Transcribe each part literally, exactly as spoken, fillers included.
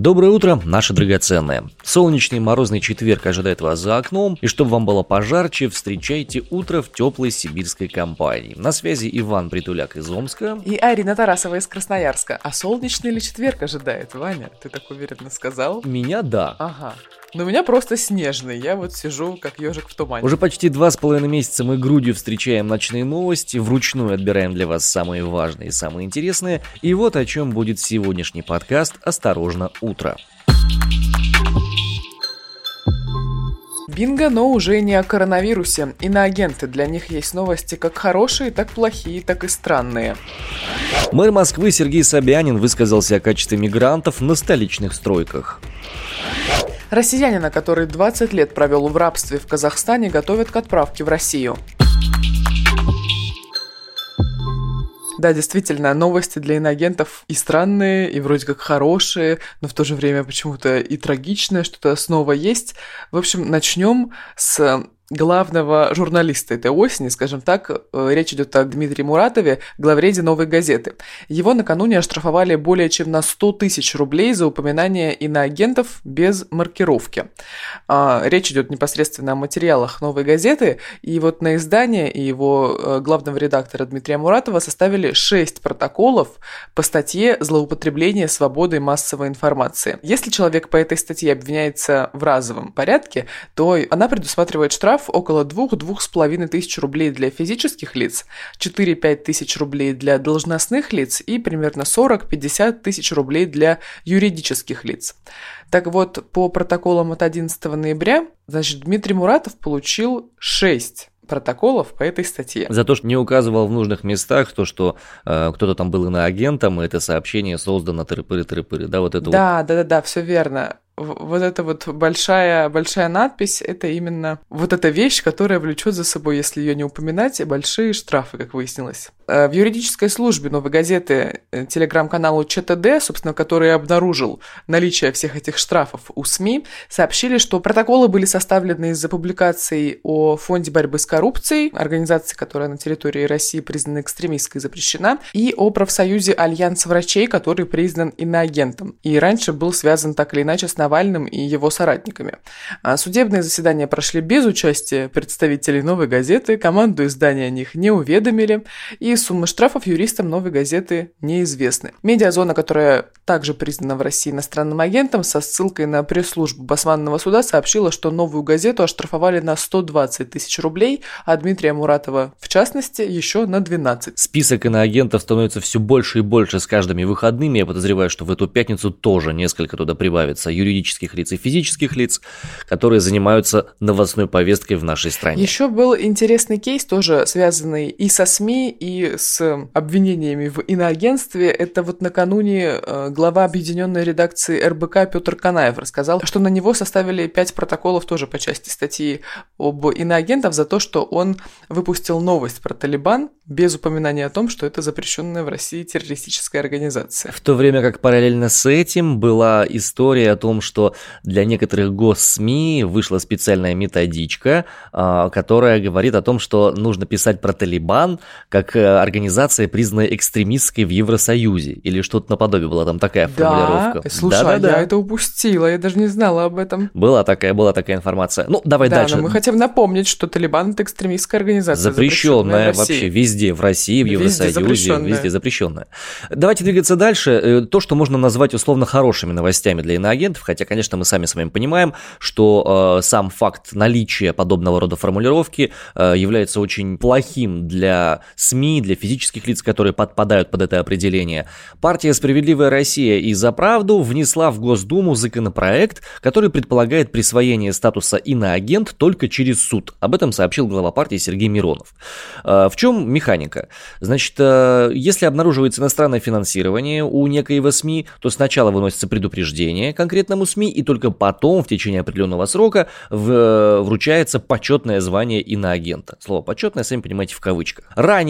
Доброе утро, наши драгоценные. Солнечный морозный четверг ожидает вас за окном, и чтобы вам было пожарче, встречайте утро в теплой сибирской компании. На связи Иван Притуляк из Омска. И Арина Тарасова из Красноярска. А солнечный ли четверг ожидает, Ваня? Ты так уверенно сказал? Меня да. Ага. Но у меня просто снежный, я вот сижу как ежик в тумане. Уже почти два с половиной месяца мы грудью встречаем ночные новости, вручную отбираем для вас самые важные и самые интересные. И вот о чем будет сегодняшний подкаст «Осторожно, утро». Бинго, но уже не о коронавирусе. Иноагенты. Для них есть новости как хорошие, так плохие, так и странные. Мэр Москвы Сергей Собянин высказался о качестве мигрантов на столичных стройках. Россиянина, который двадцать лет провел в рабстве в Казахстане, готовят к отправке в Россию. Да, действительно, новости для иноагентов и странные, и вроде как хорошие, но в то же время почему-то и трагичное что-то снова есть. В общем, начнем с главного журналиста этой осени, скажем так. Речь идет о Дмитрии Муратове, главреде «Новой газеты». Его накануне оштрафовали более чем на сто тысяч рублей за упоминание иноагентов без маркировки. Речь идет непосредственно о материалах «Новой газеты», и вот на издание и его главного редактора Дмитрия Муратова составили шесть протоколов по статье «Злоупотребление свободой массовой информации». Если человек по этой статье обвиняется в разовом порядке, то она предусматривает штраф около двух-двух с половиной тысяч рублей для физических лиц, четыре-пять тысяч рублей для должностных лиц и примерно сорок-пятьдесят тысяч рублей для юридических лиц. Так вот, по протоколам от одиннадцатого ноября, значит, Дмитрий Муратов получил шесть протоколов по этой статье. За то, что не указывал в нужных местах, то, что э, кто-то там был иноагентом, и это сообщение создано тыры-пыры-тыры-пыры, да, вот это да, вот. Да, да, да, все верно. Вот эта вот большая, большая надпись, это именно вот эта вещь, которая влечет за собой, если ее не упоминать, большие штрафы, как выяснилось. В юридической службе «Новой газеты» телеграм-каналу ЧТД, собственно, который обнаружил наличие всех этих штрафов у СМИ, сообщили, что протоколы были составлены из-за публикаций о Фонде борьбы с коррупцией, организации, которая на территории России признана экстремистской и запрещена, и о профсоюзе «Альянс врачей», который признан иноагентом. И раньше был связан так или иначе с Навальным и его соратниками. Судебные заседания прошли без участия представителей «Новой газеты», команду издания о них не уведомили, и суммы штрафов юристам «Новой газеты» неизвестны. Медиазона, которая также признана в России иностранным агентом, со ссылкой на пресс-службу Басманного суда сообщила, что «Новую газету» оштрафовали на сто двадцать тысяч рублей, а Дмитрия Муратова, в частности, еще на двенадцать. Список иноагентов становится все больше и больше с каждыми выходными. Я подозреваю, что в эту пятницу тоже несколько туда прибавится юридических лиц и физических лиц, которые занимаются новостной повесткой в нашей стране. Еще был интересный кейс, тоже связанный и со СМИ, и с обвинениями в иноагентстве. Это вот накануне глава объединенной редакции эр бэ ка Петр Канаев рассказал, что на него составили пять протоколов тоже по части статьи об иноагентах за то, что он выпустил новость про Талибан без упоминания о том, что это запрещенная в России террористическая организация. В то время как параллельно с этим была история о том, что для некоторых госсми вышла специальная методичка, которая говорит о том, что нужно писать про Талибан как организация, признанная экстремистской в Евросоюзе, или что-то наподобие, была там такая формулировка. Да, слушай, Да-да-да. я это упустила, я даже не знала об этом. Была такая, была такая информация. Ну, давай да, дальше. Но мы хотим напомнить, что Талибан — это экстремистская организация, запрещенная вообще везде, в России, в Евросоюзе, везде запрещенная. везде запрещенная. Давайте двигаться дальше. То, что можно назвать условно хорошими новостями для иноагентов, хотя, конечно, мы сами с вами понимаем, что э, сам факт наличия подобного рода формулировки э, является очень плохим для СМИ, для физических лиц, которые подпадают под это определение. Партия «Справедливая Россия» и «За правду» внесла в Госдуму законопроект, который предполагает присвоение статуса иноагент только через суд. Об этом сообщил глава партии Сергей Миронов. Э, в чем механика? Значит, э, если обнаруживается иностранное финансирование у некоего СМИ, то сначала выносится предупреждение конкретному СМИ, и только потом, в течение определенного срока, в, вручается почетное звание иноагента. Слово «почетное», сами понимаете, в кавычках. Ранее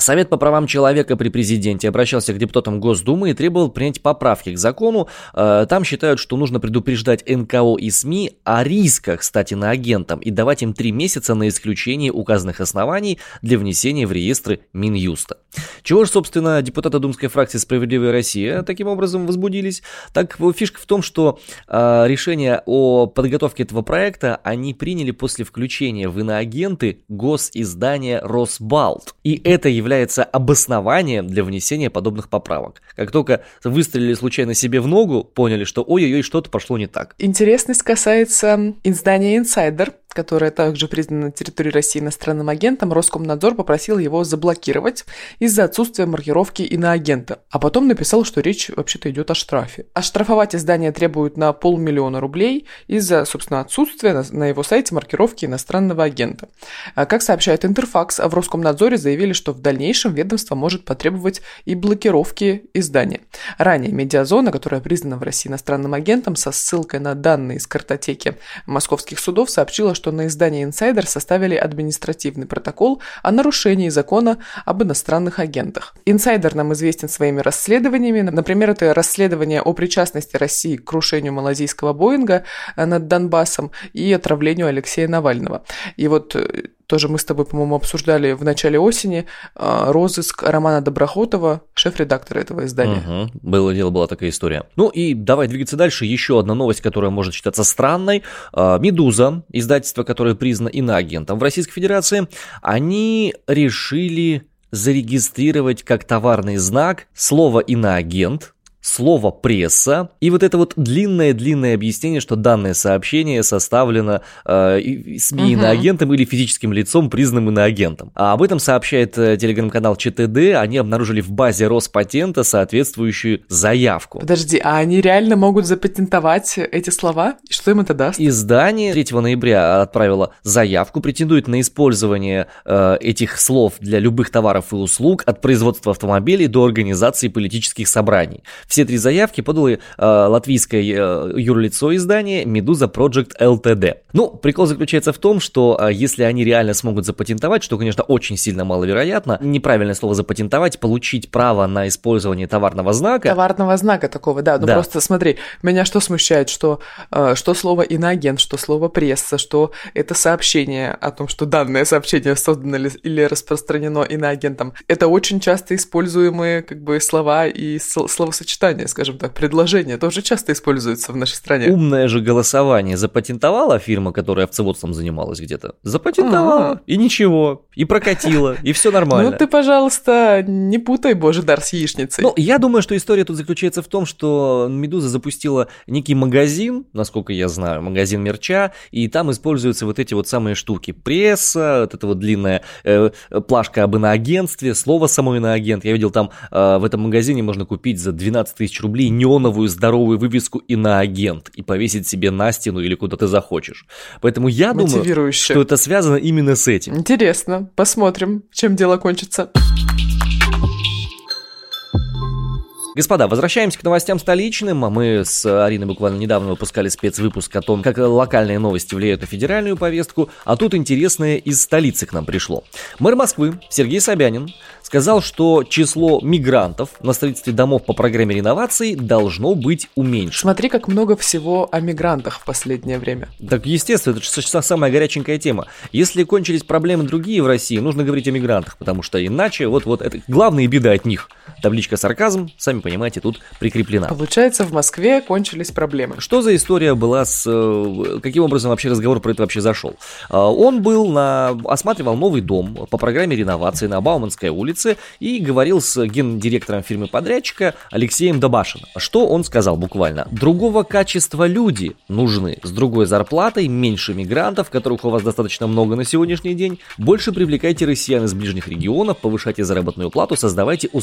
Совет по правам человека при президенте обращался к депутатам Госдумы и требовал принять поправки к закону. Там считают, что нужно предупреждать эн ка о и СМИ о рисках стать иноагентом и давать им три месяца на исключение указанных оснований для внесения в реестры Минюста. Чего же, собственно, депутаты думской фракции «Справедливая Россия» таким образом возбудились? Так, фишка в том, что э, решение о подготовке этого проекта они приняли после включения в иноагенты госиздания «Росбалт». И это является обоснованием для внесения подобных поправок. Как только выстрелили случайно себе в ногу, поняли, что ой-ой-ой, что-то пошло не так. Интересность касается издания «Инсайдер», которое также признано на территории России иностранным агентом. Роскомнадзор попросил его заблокировать из-за отсутствия маркировки иноагента. А потом написал, что речь вообще-то идет о штрафе. Оштрафовать издание требуют на полмиллиона рублей из-за, собственно, отсутствия на, на его сайте маркировки иностранного агента. А как сообщает Интерфакс, в Роскомнадзоре заявили, что в дальнейшем ведомство может потребовать и блокировки издания. Ранее Медиазона, которая признана в России иностранным агентом, со ссылкой на данные из картотеки московских судов, сообщила, что что на издание «Инсайдер» составили административный протокол о нарушении закона об иностранных агентах. «Инсайдер» нам известен своими расследованиями. Например, это расследование о причастности России к крушению малазийского Боинга над Донбассом и отравлению Алексея Навального. И вот тоже мы с тобой, по-моему, обсуждали в начале осени розыск Романа Доброхотова, шеф-редактора этого издания. Угу. Было дело, была такая история. Ну и давай двигаться дальше. Еще одна новость, которая может считаться странной. «Медуза», издательство, которое признано иноагентом в Российской Федерации, они решили зарегистрировать как товарный знак слово «иноагент», слово «пресса» и вот это вот длинное-длинное объяснение, что данное сообщение составлено э, СМИ иноагентом угу. или физическим лицом, признанным иноагентом. А об этом сообщает э, телеграм-канал Че Тэ Дэ. Они обнаружили в базе Роспатента соответствующую заявку. Подожди, а они реально могут запатентовать эти слова? И что им это даст? Издание третьего ноября отправило заявку, претендует на использование э, этих слов для любых товаров и услуг, от производства автомобилей до организации политических собраний. Все три заявки подало э, латвийское э, юрлицо издания Medusa Project эл тэ дэ. Ну, прикол заключается в том, что э, если они реально смогут запатентовать, что, конечно, очень сильно маловероятно, неправильное слово запатентовать, получить право на использование товарного знака. Товарного знака такого, да. Ну да. Просто смотри, меня что смущает, что, э, что слово иноагент, что слово пресса, что это сообщение о том, что данное сообщение создано или распространено иноагентом. Это очень часто используемые как бы слова и словосочетания, скажем так, предложения тоже часто используются в нашей стране. Умное же голосование запатентовала фирма, которая овцеводством занималась где-то. Запатентовала. А-а-а. И ничего. И прокатила. И все нормально. Ну ты, пожалуйста, не путай божий дар с яичницей. Ну, я думаю, что история тут заключается в том, что Медуза запустила некий магазин, насколько я знаю, магазин мерча, и там используются вот эти вот самые штуки. Пресса, вот эта вот длинная э, плашка об иноагентстве, слово само иноагент. Я видел там э, в этом магазине можно купить за двенадцать тысяч рублей неоновую здоровую вывеску «Иноагент» и повесить себе на стену или куда ты захочешь. Поэтому я думаю, что это связано именно с этим. Интересно. Посмотрим, чем дело кончится. Господа, возвращаемся к новостям столичным. Мы с Ариной буквально недавно выпускали спецвыпуск о том, как локальные новости влияют на федеральную повестку, а тут интересное из столицы к нам пришло. Мэр Москвы Сергей Собянин сказал, что число мигрантов на строительстве домов по программе реновации должно быть уменьшено. Смотри, как много всего о мигрантах в последнее время. Так, естественно, это сейчас самая горяченькая тема. Если кончились проблемы другие в России, нужно говорить о мигрантах, потому что иначе вот-вот это главные беды от них. Табличка «Сарказм», сами понимаете, тут прикреплена. Получается, в Москве кончились проблемы. Что за история была с... Каким образом вообще разговор про это вообще зашел? Он был на... осматривал новый дом по программе реновации на Бауманской улице и говорил с гендиректором фирмы-подрядчика Алексеем Добашиным. Что он сказал буквально? Другого качества люди нужны, с другой зарплатой, меньше мигрантов, которых у вас достаточно много на сегодняшний день, больше привлекайте россиян из ближних регионов, повышайте заработную плату, создавайте условия работы.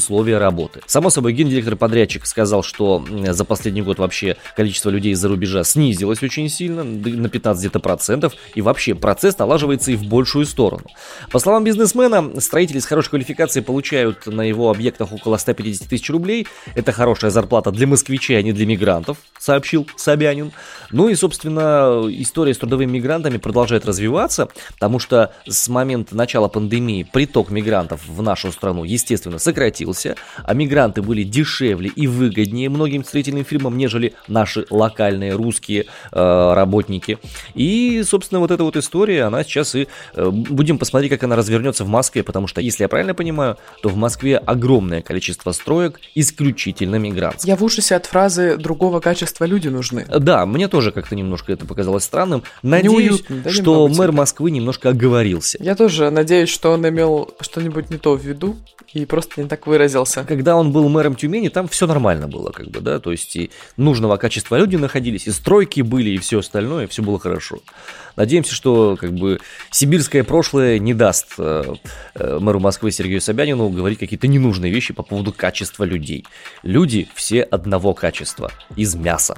работы. Само собой, гендиректор-подрядчик сказал, что за последний год вообще количество людей из-за рубежа снизилось очень сильно, на пятнадцать где-то процентов, и вообще процесс налаживается и в большую сторону. По словам бизнесмена, строители с хорошей квалификацией получают на его объектах около сто пятьдесят тысяч рублей. Это хорошая зарплата для москвичей, а не для мигрантов, сообщил Собянин. Ну и, собственно, история с трудовыми мигрантами продолжает развиваться, потому что с момента начала пандемии приток мигрантов в нашу страну, естественно, сократился, а мигранты были дешевле и выгоднее многим строительным фирмам, нежели наши локальные русские э, работники. И, собственно, вот эта вот история, она сейчас и... Э, будем посмотреть, как она развернется в Москве, потому что, если я правильно понимаю, то в Москве огромное количество строек исключительно мигрантских. Я в ужасе от фразы «другого качества люди нужны». Да, мне тоже как-то немножко это показалось странным. Надеюсь, да, что мэр Москвы немножко оговорился. Я тоже надеюсь, что он имел что-нибудь не то в виду и просто не так выразился. Когда он был мэром Тюмени, там все нормально было, как бы, да, то есть и нужного качества люди находились, и стройки были, и все остальное, все было хорошо. Надеемся, что, как бы, сибирское прошлое не даст э, э, мэру Москвы Сергею Собянину говорить какие-то ненужные вещи по поводу качества людей. Люди все одного качества, из мяса.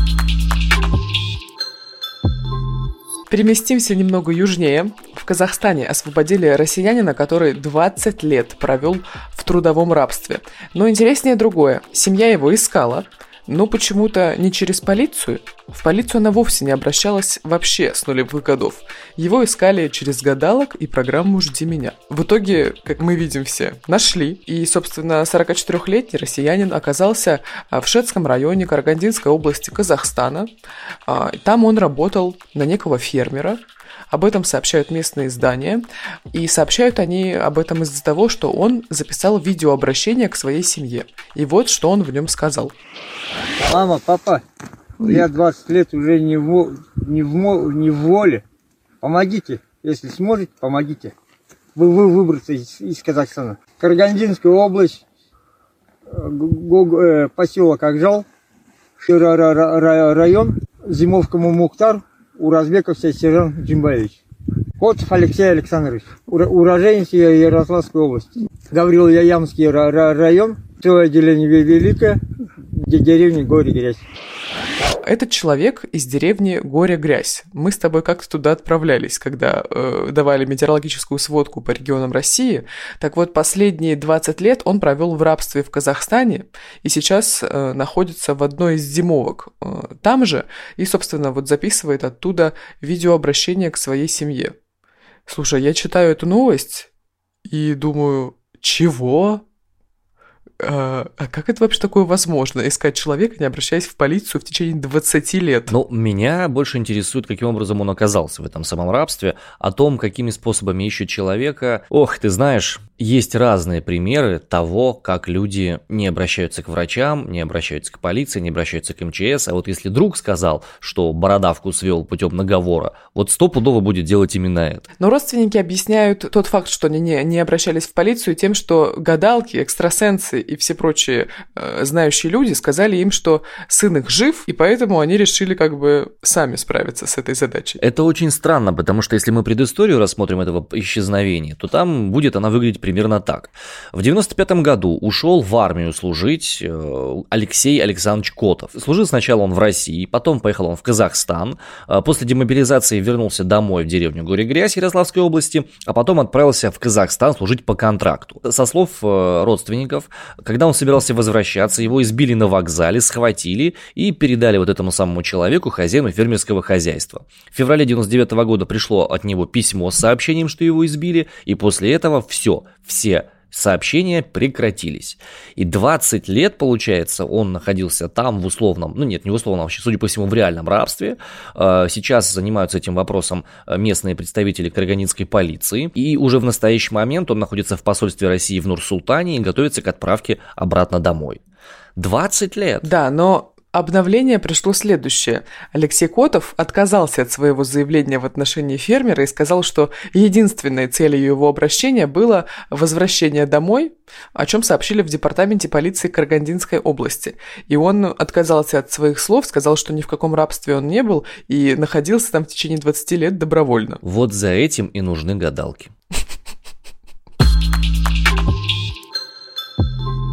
Переместимся немного южнее. В Казахстане освободили россиянина, который двадцать лет провел в трудовом рабстве. Но интереснее другое. Семья его искала, но почему-то не через полицию. В полицию она вовсе не обращалась вообще с нулевых годов. Его искали через гадалок и программу «Жди меня». В итоге, как мы видим все, нашли. И, собственно, сорокачетырёхлетний россиянин оказался в Шацком районе Карагандинской области Казахстана. Там он работал на некого фермера. Об этом сообщают местные издания. И сообщают они об этом из-за того, что он записал видеообращение к своей семье. И вот что он в нем сказал. Мама, папа, я двадцать лет уже не в, не в, не в воле. Помогите, если сможете, помогите. Вы, вы выбраться из, из Казахстана. Карагандинская область, поселок Акжал, район, Зимовка Мухтар, Уразбековся Сержан Джимбаевич. Котов Алексей Александрович, уроженец Ярославской области. Гаврило-Ямский район, свое отделение Великое, деревня Горе-Грязь. Этот человек из деревни Горе-Грязь. Мы с тобой как-то туда отправлялись, когда э, давали метеорологическую сводку по регионам России. Так вот, последние двадцать лет он провел в рабстве в Казахстане и сейчас э, находится в одной из зимовок э, там же и, собственно, вот записывает оттуда видеообращение к своей семье. Слушай, я читаю эту новость и думаю, чего? А, а как это вообще такое возможно? Искать человека, не обращаясь в полицию в течение двадцати лет? Ну, меня больше интересует, каким образом он оказался в этом самом рабстве, о том, какими способами ищут человека. Ох, ты знаешь, есть разные примеры того, как люди не обращаются к врачам, не обращаются к полиции, не обращаются к эм че эс. А вот если друг сказал, что бородавку свел путем наговора, вот стопудово будет делать именно это. Но родственники объясняют тот факт, что они не, не обращались в полицию, тем, что гадалки, экстрасенсы и все прочие э, знающие люди сказали им, что сын их жив, и поэтому они решили как бы сами справиться с этой задачей. Это очень странно, потому что если мы предысторию рассмотрим этого исчезновения, то там будет она выглядеть примерно так. В девяносто пятом году ушел в армию служить э, Алексей Александрович Котов. Служил сначала он в России, потом поехал он в Казахстан, э, после демобилизации вернулся домой в деревню Горе-Грязь Ярославской области, а потом отправился в Казахстан служить по контракту. Со слов э, родственников, когда он собирался возвращаться, его избили на вокзале, схватили и передали вот этому самому человеку, хозяину фермерского хозяйства. В феврале девяносто девятого года пришло от него письмо с сообщением, что его избили, и после этого все, все сообщения прекратились. И двадцать лет, получается, он находился там в условном, ну нет, не в условном, вообще, судя по всему, в реальном рабстве. Сейчас занимаются этим вопросом местные представители карагандинской полиции. И уже в настоящий момент он находится в посольстве России в Нур-Султане и готовится к отправке обратно домой. двадцать лет! Да, но... Обновление пришло следующее. Алексей Котов отказался от своего заявления в отношении фермера и сказал, что единственной целью его обращения было возвращение домой, о чем сообщили в департаменте полиции Карагандинской области. И он отказался от своих слов, сказал, что ни в каком рабстве он не был и находился там в течение двадцати лет добровольно. Вот за этим и нужны гадалки.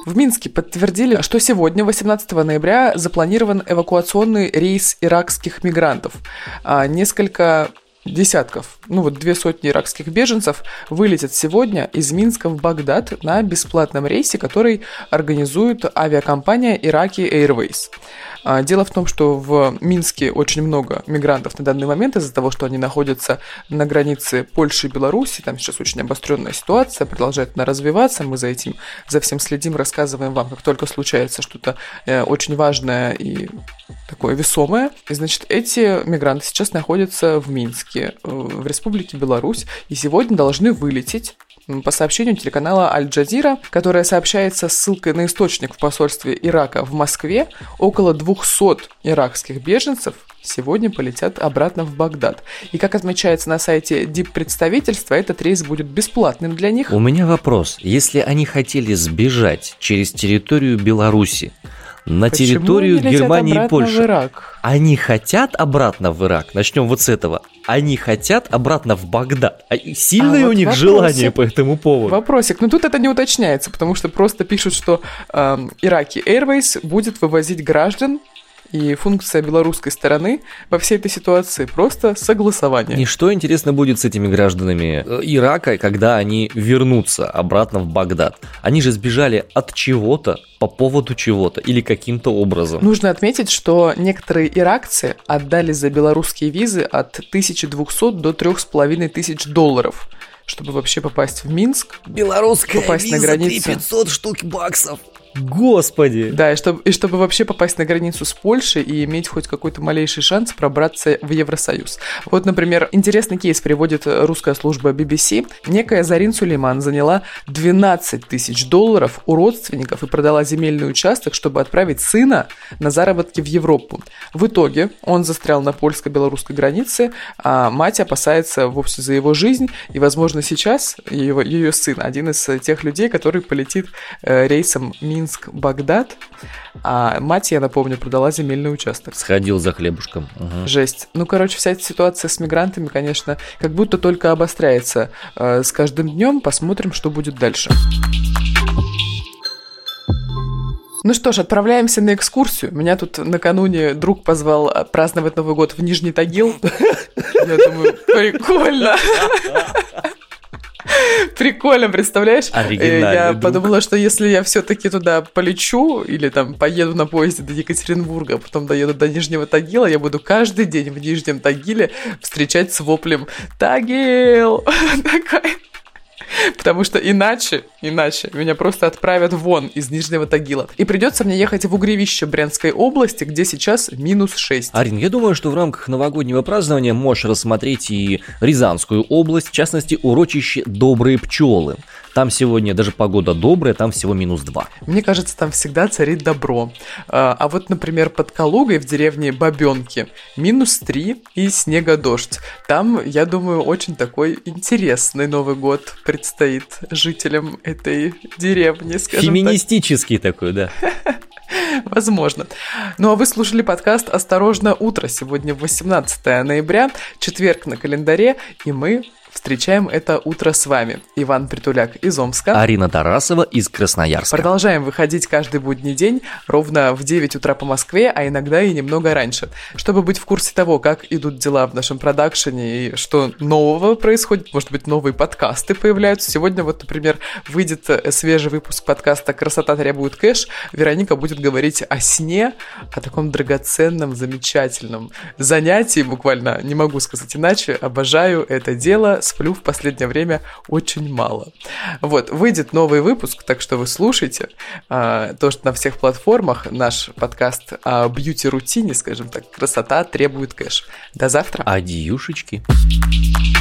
В Минске подтвердили, что сегодня, восемнадцатого ноября, запланирован эвакуационный рейс иракских мигрантов. А несколько десятков, ну вот две сотни иракских беженцев вылетят сегодня из Минска в Багдад на бесплатном рейсе, который организует авиакомпания Iraqi Airways. Дело в том, что в Минске очень много мигрантов на данный момент из-за того, что они находятся на границе Польши и Беларуси. Там сейчас очень обостренная ситуация, продолжает она развиваться. Мы за этим, за всем следим, рассказываем вам, как только случается что-то очень важное и такое весомое. И, значит, эти мигранты сейчас находятся в Минске, в Республике Беларусь, и сегодня должны вылететь. По сообщению телеканала Аль-Джазира, которое сообщается с ссылкой на источник в посольстве Ирака в Москве, около двухсот иракских беженцев сегодня полетят обратно в Багдад. И, как отмечается на сайте диппредставительства, этот рейс будет бесплатным для них. У меня вопрос. Если они хотели сбежать через территорию Беларуси, на Почему территорию Германии и Польши, в Ирак? Они хотят обратно в Ирак? Начнем вот с этого. Они хотят обратно в Багдад? А сильное а у вот них вопросик, желание по этому поводу? Вопросик. Но тут это не уточняется, потому что просто пишут, что э, Iraqi Airways будет вывозить граждан, и функция белорусской стороны во всей этой ситуации просто согласование. И что, интересно, будет с этими гражданами Ирака, когда они вернутся обратно в Багдад? Они же сбежали от чего-то, по поводу чего-то или каким-то образом. Нужно отметить, что некоторые иракцы отдали за белорусские визы от тысячи двухсот до трёх с половиной тысяч долларов, чтобы вообще попасть в Минск. Белорусская попасть виза на границу. три тысячи пятьсот штук баксов. Господи! Да, и чтобы, и чтобы вообще попасть на границу с Польшей и иметь хоть какой-то малейший шанс пробраться в Евросоюз. Вот, например, интересный кейс приводит русская служба би би си. Некая Зарин Сулейман заняла двенадцать тысяч долларов у родственников и продала земельный участок, чтобы отправить сына на заработки в Европу. В итоге он застрял на польско-белорусской границе, а мать опасается вовсе за его жизнь, и, возможно, сейчас ее, ее сын один из тех людей, который полетит э, рейсом Минск Багдад, а мать, я напомню, продала земельный участок. Сходил за хлебушком. Угу. Жесть. Ну, короче, вся эта ситуация с мигрантами, конечно, как будто только обостряется э, с каждым днем. Посмотрим, что будет дальше. Ну что ж, отправляемся на экскурсию. Меня тут накануне друг позвал праздновать Новый год в Нижний Тагил. Я думаю, прикольно. Прикольно, представляешь? Я друг. подумала, что если я все-таки туда полечу или там поеду на поезде до Екатеринбурга, а потом доеду до Нижнего Тагила, я буду каждый день в Нижнем Тагиле встречать с воплем «Тагил!» Такая... Потому что иначе, иначе меня просто отправят вон из Нижнего Тагила. И придется мне ехать в Угревище Брянской области, где сейчас минус шесть. Арин, я думаю, что в рамках новогоднего празднования можешь рассмотреть и Рязанскую область, в частности, урочище Добрые пчелы. Там сегодня даже погода добрая, там всего минус два. Мне кажется, там всегда царит добро. А вот, например, под Калугой в деревне Бабенки минус три и снега-дождь. Там, я думаю, очень такой интересный Новый год предстоит жителям этой деревни, скажем Феминистический так. такой, да. Возможно. Ну а вы слушали подкаст «Осторожно, утро». Сегодня восемнадцатого ноября, четверг на календаре, и мы... встречаем это утро с вами. Иван Притуляк из Омска. Арина Тарасова из Красноярска. Продолжаем выходить каждый будний день ровно в девять утра по Москве, а иногда и немного раньше. Чтобы быть в курсе того, как идут дела в нашем продакшене и что нового происходит, может быть, новые подкасты появляются. Сегодня вот, например, выйдет свежий выпуск подкаста «Красота требует кэш». Вероника будет говорить о сне, о таком драгоценном, замечательном занятии, буквально, не могу сказать иначе. Обожаю это дело. Сплю в последнее время очень мало. Вот, выйдет новый выпуск, так что вы слушайте. А, тоже на всех платформах наш подкаст о бьюти-рутине, скажем так, «Красота требует кэш». До завтра. Адьюшечки.